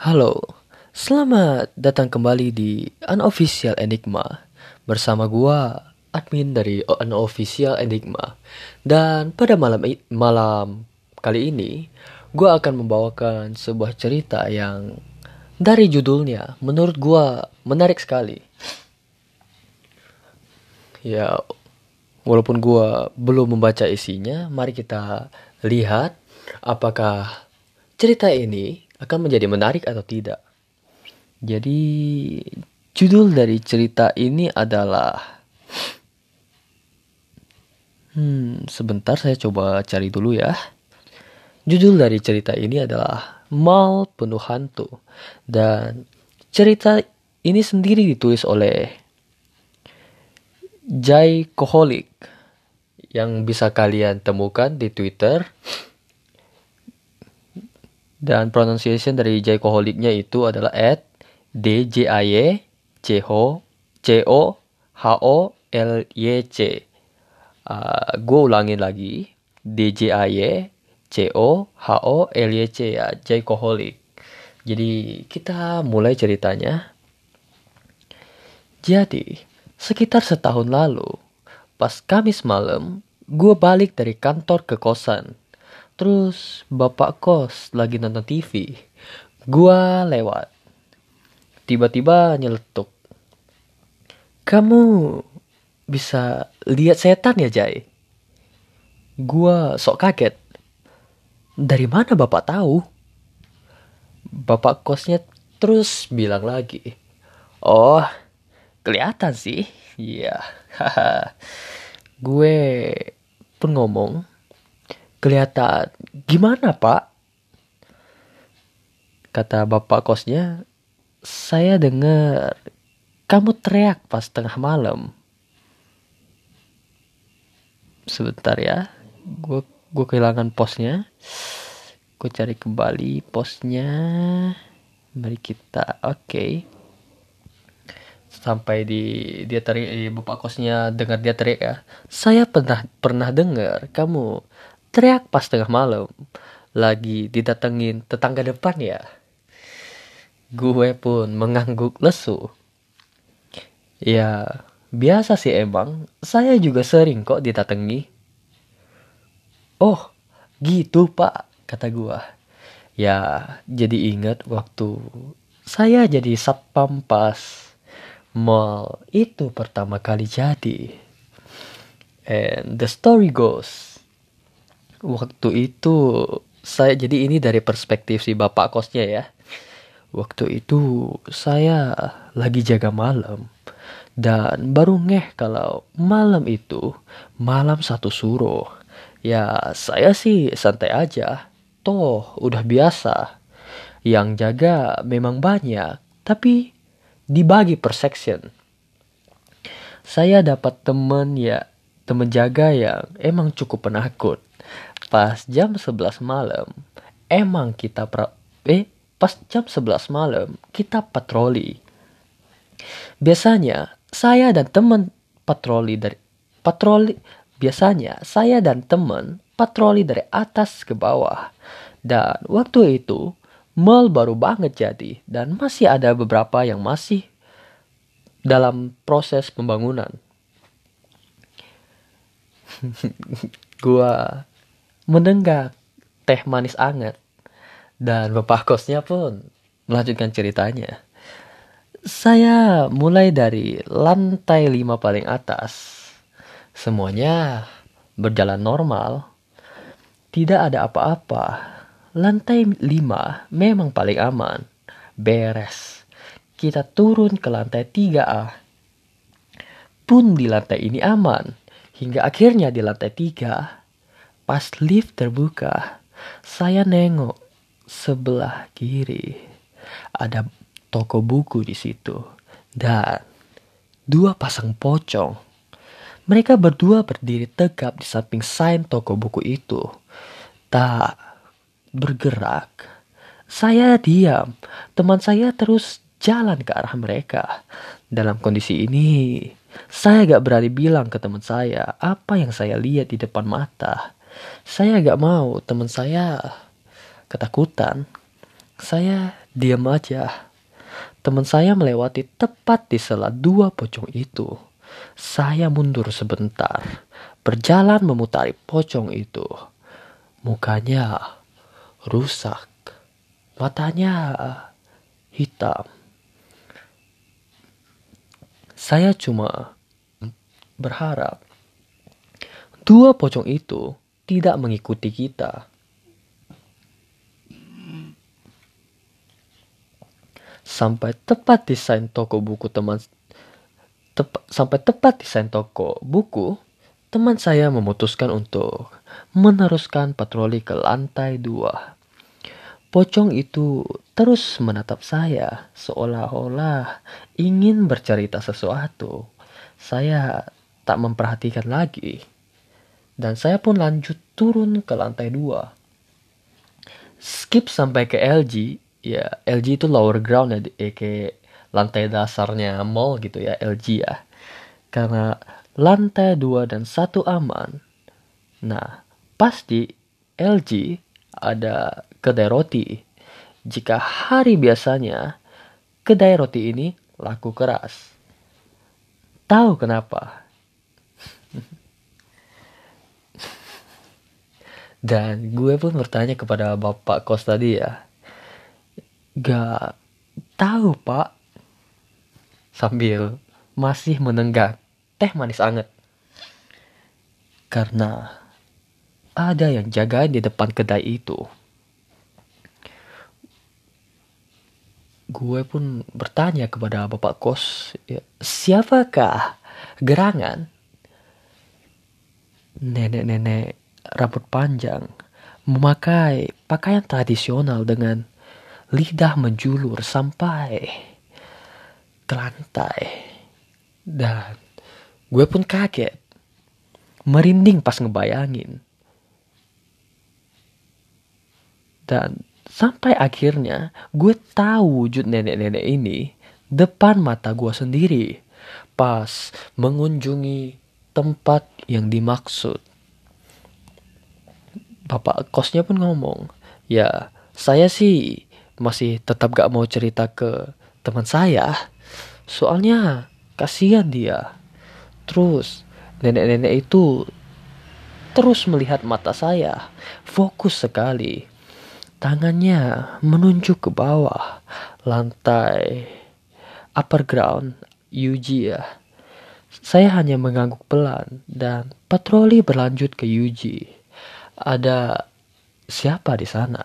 Halo, selamat datang kembali di Unofficial Enigma bersama gua, admin dari Unofficial Enigma. Dan pada malam kali ini, gua akan membawakan sebuah cerita yang dari judulnya menurut gua menarik sekali. Ya, walaupun gua belum membaca isinya, mari kita lihat apakah cerita ini akan menjadi menarik atau tidak. Jadi, judul dari cerita ini adalah sebentar saya coba cari dulu ya. Judul dari cerita ini adalah Mall Penuh Hantu. Dan cerita ini sendiri ditulis oleh Jay Koholic yang bisa kalian temukan di Twitter. Dan pronunciation dari Jay Koholicnya itu adalah DJIE gue ulangin lagi, DJIE ya, Jay Koholic. Jadi kita mulai ceritanya. Jadi sekitar setahun lalu, pas Kamis malam, gue balik dari kantor ke kosan. Terus bapak kos lagi nonton TV. Gua lewat. Tiba-tiba nyeletuk. Kamu bisa lihat setan ya, Jai? Gua sok kaget. Dari mana bapak tahu? Bapak kosnya terus bilang lagi. Oh, kelihatan sih. Iya. Gue pun ngomong. Kelihatan. Gimana, Pak? Kata bapak kosnya, saya dengar kamu teriak pas tengah malam. Sebentar ya, gue kehilangan posnya. Gue cari kembali posnya. Mari kita, oke. Sampai dia teriak, bapak kosnya dengar dia teriak ya. Saya pernah dengar kamu teriak pas tengah malam. Lagi didatengin tetangga depan ya. Gue pun mengangguk lesu. Ya, biasa sih emang. Saya juga sering kok didatangi. Oh, gitu pak, kata gue. Ya, jadi ingat waktu saya jadi satpam pas mall itu pertama kali jadi. And the story goes, waktu itu jadi ini dari perspektif si bapak kosnya ya. Waktu itu saya lagi jaga malam. Dan baru ngeh kalau malam itu malam satu suruh. Ya saya sih santai aja. Toh udah biasa. Yang jaga memang banyak. Tapi dibagi per section. Saya dapat temen jaga yang emang cukup penakut. Pas jam 11 malam, emang pas jam 11 malam, kita patroli. Biasanya, saya dan teman patroli, biasanya saya dan teman patroli dari atas ke bawah. Dan waktu itu, mall baru banget jadi dan masih ada beberapa yang masih dalam proses pembangunan. Gua menenggak teh manis anget dan bapak kosnya pun melanjutkan ceritanya. Saya mulai dari lantai 5 paling atas. Semuanya berjalan normal. Tidak ada apa-apa. Lantai 5 memang paling aman. Beres. Kita turun ke lantai 3A. Pun di lantai ini aman. Hingga akhirnya di lantai 3, pas lift terbuka, saya nengok sebelah kiri. Ada toko buku di situ. Dan 2 pasang pocong. Mereka berdua berdiri tegap di samping sign toko buku itu. Tak bergerak. Saya diam. Teman saya terus jalan ke arah mereka. Dalam kondisi ini, saya gak berani bilang ke teman saya apa yang saya lihat di depan mata. Saya gak mau teman saya ketakutan. Saya Diam aja. Teman saya melewati tepat di sela dua pocong itu. Saya mundur sebentar, berjalan memutari pocong itu. Mukanya rusak, matanya hitam. Saya cuma berharap dua pocong itu tidak mengikuti kita. Sampai tepat desain toko buku teman saya memutuskan untuk meneruskan patroli ke lantai 2. Pocong itu terus menatap saya seolah-olah ingin bercerita sesuatu. Saya tak memperhatikan lagi. Dan saya pun lanjut turun ke lantai 2. Skip sampai ke LG. Ya, LG itu lower ground ya, kayak lantai dasarnya mall gitu ya, LG ya. Karena lantai 2 dan 1 aman. Nah, pas di LG ada kedai roti. Jika hari biasanya, kedai roti ini laku keras. Tahu kenapa? Dan gue pun bertanya kepada bapak kos tadi ya. Gak tahu pak. Sambil masih menenggak teh manis anget. Karena ada yang jagain di depan kedai itu. Gue pun bertanya kepada bapak kos, ya, siapakah gerangan? Nenek-nenek rambut panjang memakai pakaian tradisional dengan lidah menjulur sampai ke lantai. Dan gue pun kaget, merinding pas ngebayangin. Dan sampai akhirnya gue tahu wujud nenek-nenek ini depan mata gue sendiri pas mengunjungi tempat yang dimaksud. Bapak kosnya pun ngomong, ya saya sih masih tetap gak mau cerita ke teman saya. Soalnya kasihan dia. Terus nenek-nenek itu terus melihat mata saya, fokus sekali. Tangannya menunjuk ke bawah, lantai upper ground, UG ya. Saya hanya mengangguk pelan dan patroli berlanjut ke UG. Ada siapa di sana?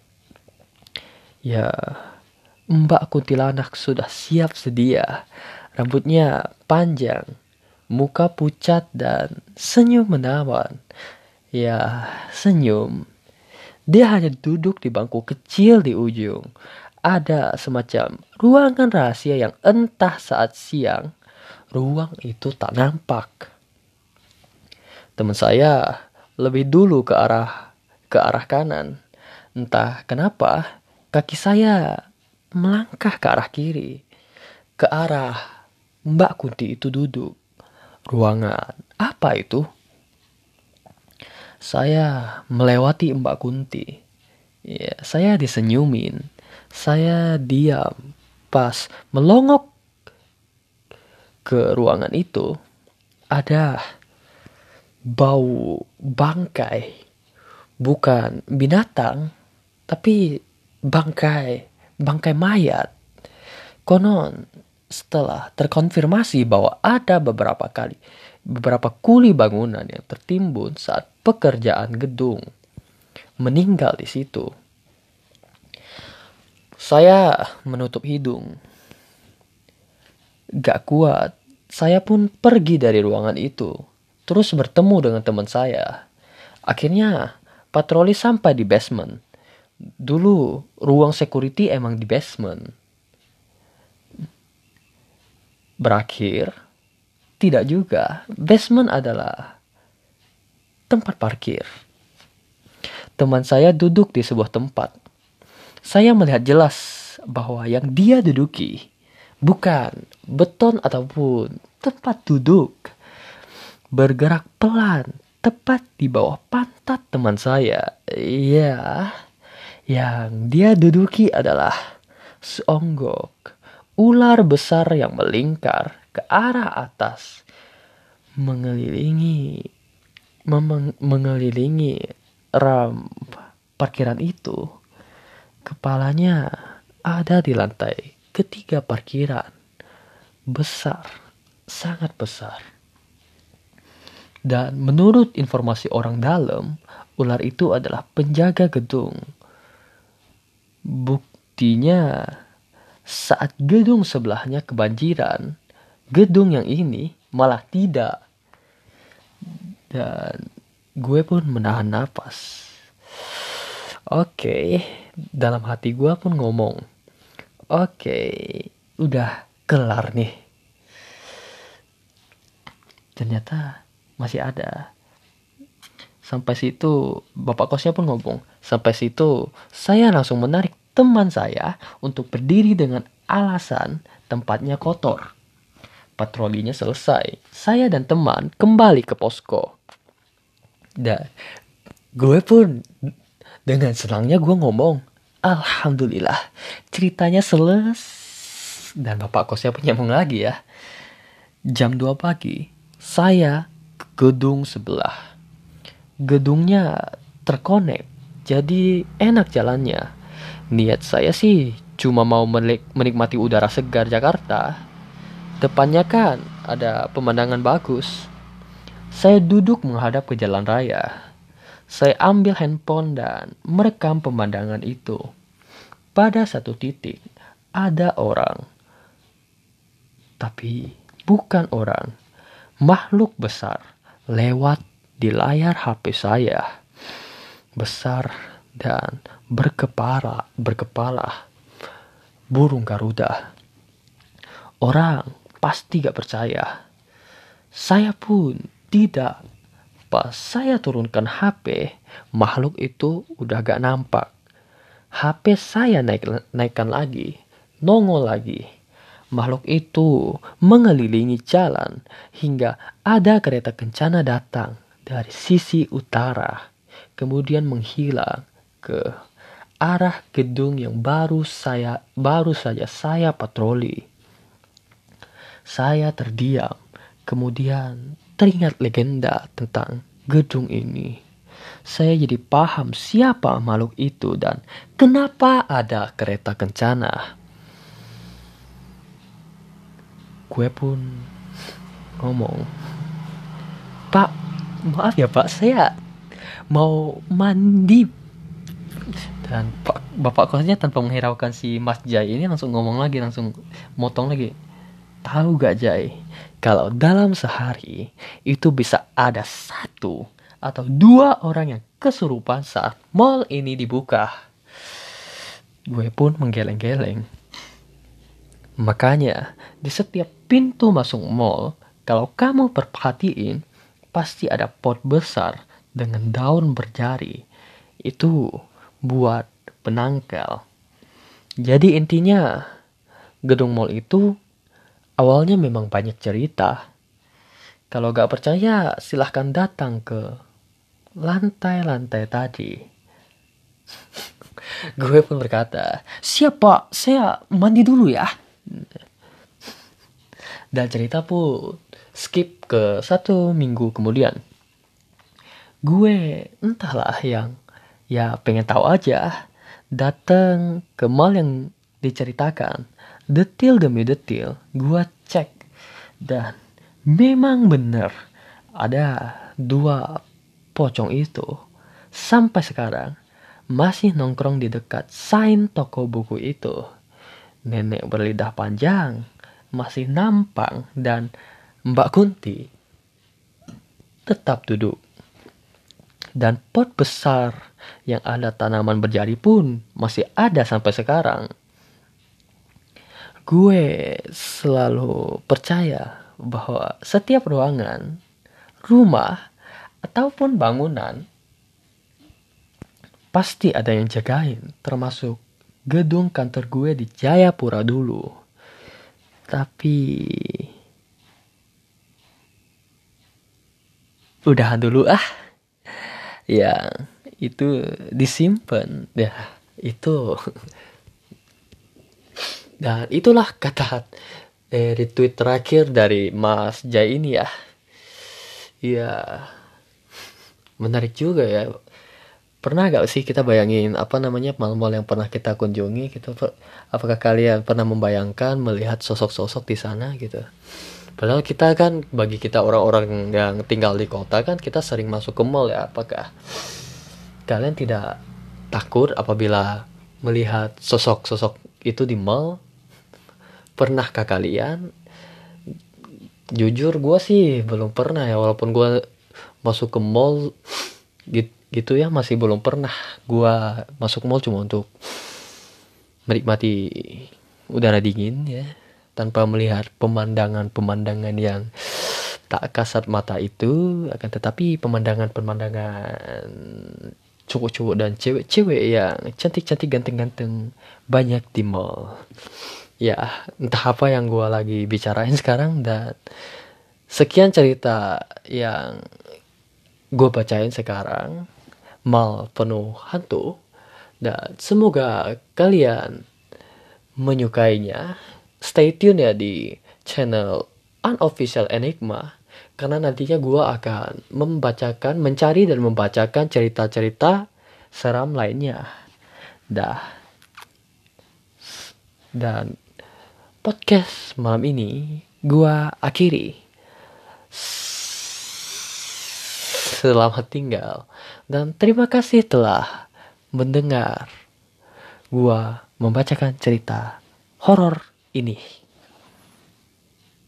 Ya, Mbak Kuntilanak sudah siap sedia. Rambutnya panjang, muka pucat dan senyum menawan. Ya, senyum. Dia hanya duduk di bangku kecil di ujung. Ada semacam ruangan rahasia yang entah saat siang, ruang itu tak nampak. Teman saya lebih dulu ke arah kanan. Entah kenapa, kaki saya melangkah ke arah kiri. Ke arah Mbak Kunti itu duduk. Ruangan apa itu? Saya melewati Mbak Kunti. Ya, saya disenyumin. Saya diam. Pas melongok ke ruangan itu, ada bau bangkai. Bukan binatang, tapi bangkai mayat. Konon setelah terkonfirmasi bahwa ada beberapa kuli bangunan yang tertimbun saat pekerjaan gedung meninggal di situ. Saya menutup hidung. Gak kuat, saya pun pergi dari ruangan itu. Terus bertemu dengan teman saya. Akhirnya patroli sampai di basement. Dulu ruang security emang di basement. Berakhir, tidak juga. Basement adalah tempat parkir. Teman saya duduk di sebuah tempat. Saya melihat jelas bahwa yang dia duduki bukan beton ataupun tempat duduk. Bergerak pelan, tepat di bawah pantat teman saya. Ya, yang dia duduki adalah seonggok ular besar yang melingkar ke arah atas mengelilingi mengelilingi ram parkiran itu. Kepalanya ada di lantai ketiga parkiran. Besar, sangat besar. Dan menurut informasi orang dalam, ular itu adalah penjaga gedung. Buktinya, saat gedung sebelahnya kebanjiran, gedung yang ini malah tidak. Dan gue pun menahan napas. Oke, dalam hati gue pun ngomong, oke, udah kelar nih. Ternyata masih ada. Sampai situ bapak kosnya pun ngomong. Sampai situ saya langsung menarik teman saya untuk berdiri dengan alasan tempatnya kotor. Patrolinya selesai. Saya dan teman kembali ke posko. Dan gue pun dengan senangnya gue ngomong, alhamdulillah ceritanya selesai. Dan bapak kosnya pun nyambung lagi ya. Jam 2 pagi saya ke gedung sebelah. Gedungnya terkonek, jadi enak jalannya. Niat saya sih cuma mau menikmati udara segar Jakarta. Depannya kan ada pemandangan bagus. Saya duduk menghadap ke jalan raya. Saya ambil handphone dan merekam pemandangan itu. Pada satu titik ada orang. Tapi bukan orang. Makhluk besar lewat di layar HP saya. Besar dan berkepala burung Garuda. Orang pasti gak percaya. Saya pun tidak. Pas saya turunkan HP, makhluk itu udah gak nampak. HP saya naikkan lagi, nongol lagi. Makhluk itu mengelilingi jalan hingga ada kereta kencana datang dari sisi utara. Kemudian menghilang ke arah gedung yang baru saja saya patroli. Saya terdiam, kemudian teringat legenda tentang gedung ini. Saya jadi paham siapa makhluk itu dan kenapa ada kereta kencana. Gue pun ngomong, Pak, maaf ya Pak, saya mau mandi. Dan bapak kosnya tanpa menghiraukan si Mas Jai ini langsung ngomong lagi, langsung motong lagi. Tahu gak Jai, kalau dalam sehari itu bisa ada 1 atau 2 orang yang kesurupan saat mall ini dibuka. Gue pun menggeleng-geleng. Makanya di setiap pintu masuk mall, kalau kamu perhatiin, pasti ada pot besar dengan daun berjari. Itu buat penangkal. Jadi intinya, gedung mall itu awalnya memang banyak cerita. Kalau gak percaya, silahkan datang ke lantai-lantai tadi. Gue pun berkata, siap Pak, saya mandi dulu ya. Dan cerita pun skip ke 1 minggu kemudian. Gue entahlah yang ya pengen tahu aja. Datang ke mall yang diceritakan. Detil demi detil gue cek. Dan memang bener ada 2 pocong itu. Sampai sekarang masih nongkrong di dekat sign toko buku itu. Nenek berlidah panjang masih nampang dan Mbak Kunti tetap duduk. Dan pot besar yang ada tanaman berjari pun masih ada sampai sekarang. Gue selalu percaya bahwa setiap ruangan, rumah, ataupun bangunan pasti ada yang jagain, termasuk gedung kantor gue di Jayapura dulu. Tapi udahan dulu yang itu disimpan ya, itu Dan itulah kata retweet terakhir dari Mas Jai ini ya. Ya, menarik juga ya. Pernah gak sih kita bayangin mal-mal yang pernah kita kunjungi gitu? Apakah kalian pernah membayangkan melihat sosok-sosok di sana gitu? Padahal kita kan, bagi kita orang-orang yang tinggal di kota kan, kita sering masuk ke mall ya. Apakah kalian tidak takut apabila melihat sosok-sosok itu di mall? Pernahkah kalian? Jujur gue sih belum pernah ya, walaupun gue masuk ke mall gitu ya, masih belum pernah gue masuk mall cuma untuk menikmati udara dingin ya, tanpa melihat pemandangan-pemandangan yang tak kasat mata itu, akan tetapi pemandangan-pemandangan cowok-cowok dan cewek-cewek yang cantik-cantik, ganteng-ganteng banyak di mall. Ya, entah apa yang gue lagi bicarain sekarang, dan sekian cerita yang gue bacain sekarang, mal penuh hantu, dan semoga kalian menyukainya. Stay tune ya di channel Unofficial Enigma, karena nantinya gue akan mencari dan membacakan cerita-cerita seram lainnya. Dan podcast malam ini gua akhiri. Selamat tinggal dan terima kasih telah mendengar gua membacakan cerita horor ini.